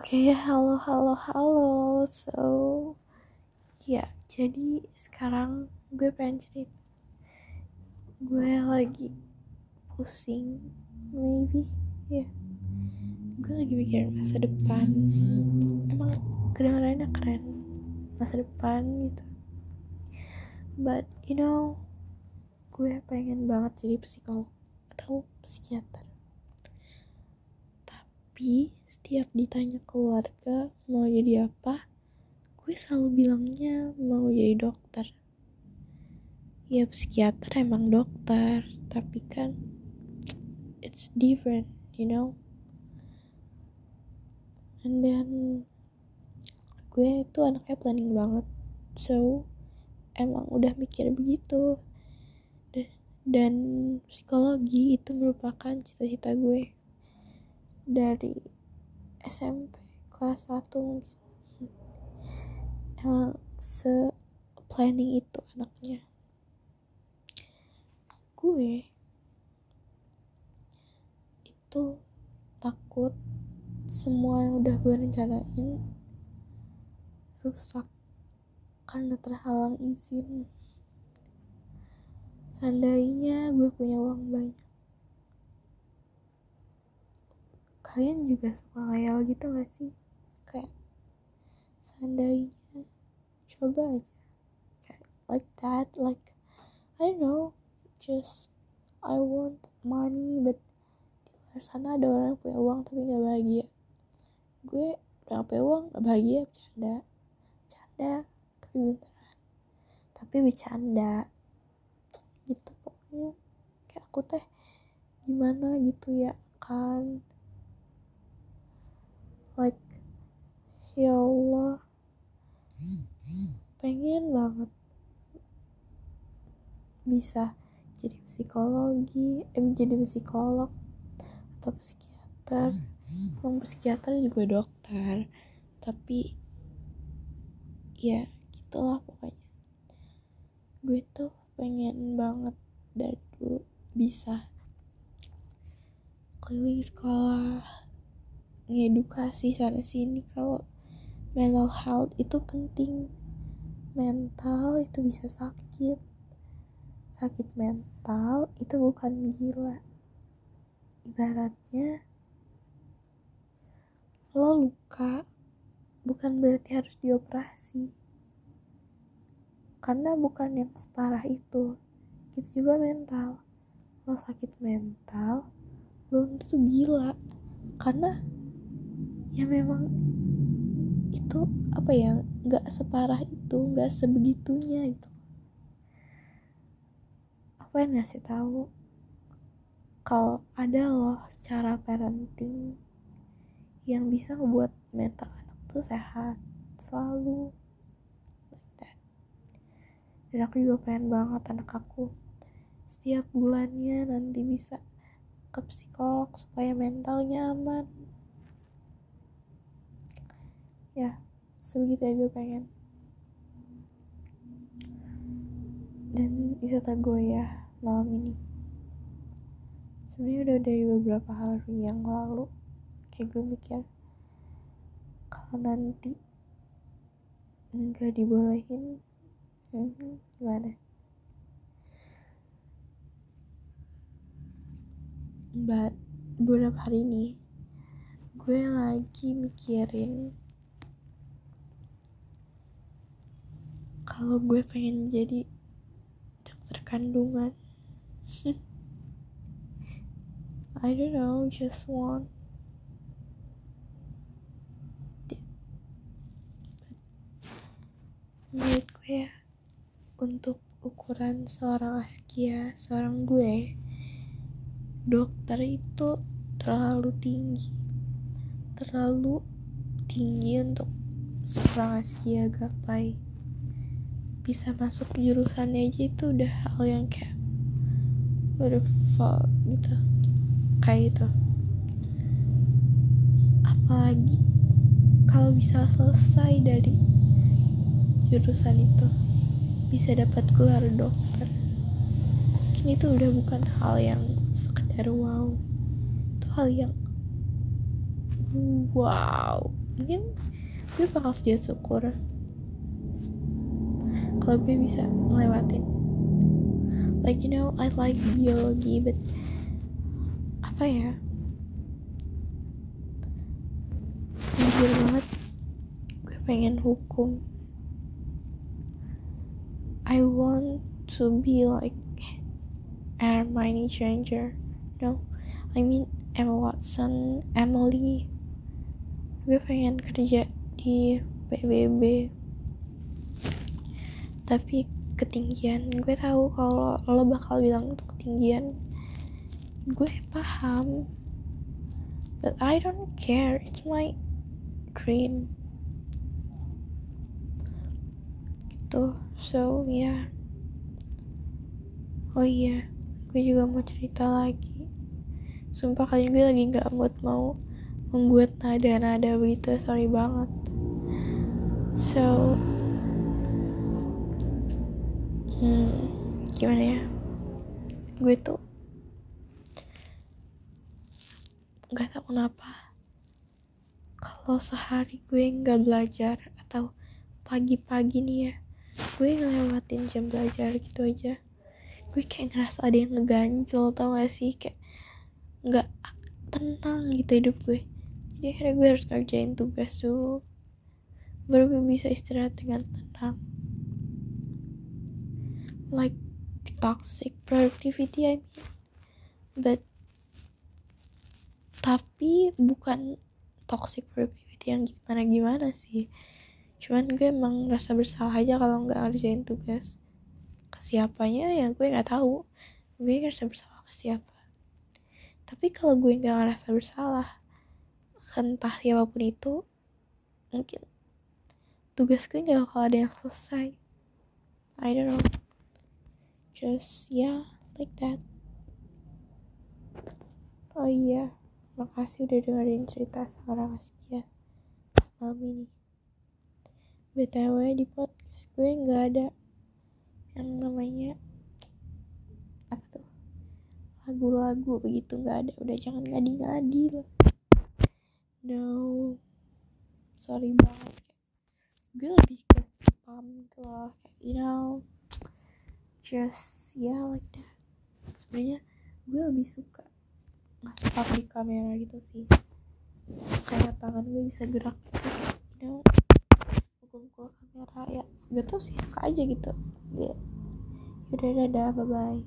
Oke, halo. So, ya, jadi sekarang gue pengen cerita. Gue lagi pusing, maybe, ya. Gue lagi mikirin masa depan. Emang kedengarannya keren, masa depan gitu. But, gue pengen banget jadi psikolog atau psikiater. Tapi, setiap ditanya keluarga mau jadi apa, gue selalu bilangnya mau jadi dokter. Ya psikiater emang dokter, tapi kan it's different, And then gue tuh anaknya planning banget, so emang udah mikir begitu. Dan psikologi itu merupakan cita-cita gue dari SMP kelas 1 mungkin. Emang se-planning itu anaknya. Gue itu takut semua yang udah gue rencanain rusak karena terhalang izin. Seandainya gue punya uang banyak, kalian juga suka ngayal gitu gak sih? Kayak seandainya, coba aja kayak like that, like I don't know, just I want money, but di luar sana ada orang yang punya uang tapi gak bahagia. Gue udah punya uang gak bahagia, bercanda tapi bercanda gitu. Pokoknya kayak aku teh gimana gitu ya kan, like ya Allah, pengen banget bisa jadi jadi psikolog atau psikiater. Emang psikiater juga dokter, tapi ya gitulah pokoknya. Gue tuh pengen banget dari dulu bisa keliling sekolah, ngedukasi sana sini kalau mental health itu penting. Mental itu bisa sakit mental itu bukan gila. Ibaratnya lo luka bukan berarti harus dioperasi, karena bukan yang separah itu. Gitu juga mental, lo sakit mental belum tentu gila, karena ya memang itu nggak separah itu, nggak sebegitunya itu. Apa yang ngasih tahu kalau ada loh cara parenting yang bisa ngebuat mental anak tuh sehat selalu, like that. Dan aku juga pengen banget anak aku setiap bulannya nanti bisa ke psikolog supaya mentalnya aman. Ya sebegitu ya gue pengen. Dan itu gue ya malam ini sebenarnya udah dari beberapa hari yang lalu. Kayak gue mikir kalau nanti nggak dibolehin, gimana? But beberapa hari ini gue lagi mikirin kalau gue pengen jadi dokter kandungan. I don't know, just want it. Menurut gue ya, untuk ukuran seorang Askia, seorang gue, dokter itu terlalu tinggi untuk seorang Askia gapai. Bisa masuk jurusannya aja itu udah hal yang kayak what the fuck gitu, kayak itu. Apalagi kalau bisa selesai dari jurusan itu, bisa dapat gelar dokter, mungkin itu udah bukan hal yang sekedar wow, itu hal yang wow, mungkin gue bakal sujud syukur kalau gue bisa ngelewatin. Like I like biology, but apa ya, jujur banget gue pengen hukum. I want to be like Hermione Granger, I mean Emma Watson, Emily. Gue pengen kerja di PBB, tapi ketinggian. Gue tahu kalau lo bakal bilang itu ketinggian, gue paham, but I don't care, it's my dream gitu. So yeah. Oh iya, gue juga mau cerita lagi. Sumpah kali gue lagi gak mood mau membuat nada-nada begitu, sorry banget. So gimana ya, gue tuh gak tau kenapa kalau sehari gue gak belajar atau pagi-pagi nih ya, gue ngelewatin jam belajar gitu aja, gue kayak ngerasa ada yang ngeganjel, tau gak sih, kayak gak tenang gitu hidup gue. Jadi akhirnya gue harus ngerjain tugas dulu baru gue bisa istirahat dengan tenang. Like toxic productivity, I mean, but tapi bukan toxic productivity yang gimana sih, cuman gue emang rasa bersalah aja kalau nggak ngerjain tugas. Ke siapanya ya gue nggak tahu, gue ngerasa bersalah ke siapa. Tapi kalau gue nggak ngerasa bersalah, entah siapapun itu, mungkin tugas gue nggak bakal ada yang selesai. I don't know, just like that. Oh iya, makasih udah dengerin cerita seorang Askia malam ini. BTW di podcast gue nggak ada yang namanya apa tuh, lagu-lagu begitu, nggak ada. Udah jangan ngadi-ngadi lah. No, sorry banget. Gue lebih ke pam gitu loh, kayak just like that. Sebenarnya gue lebih suka nge-stop di kamera gitu sih, kayak tangan gue bisa gerak gitu, pukul kamera ya, gak tau sih, suka aja gitu. Udah, dadah, bye bye.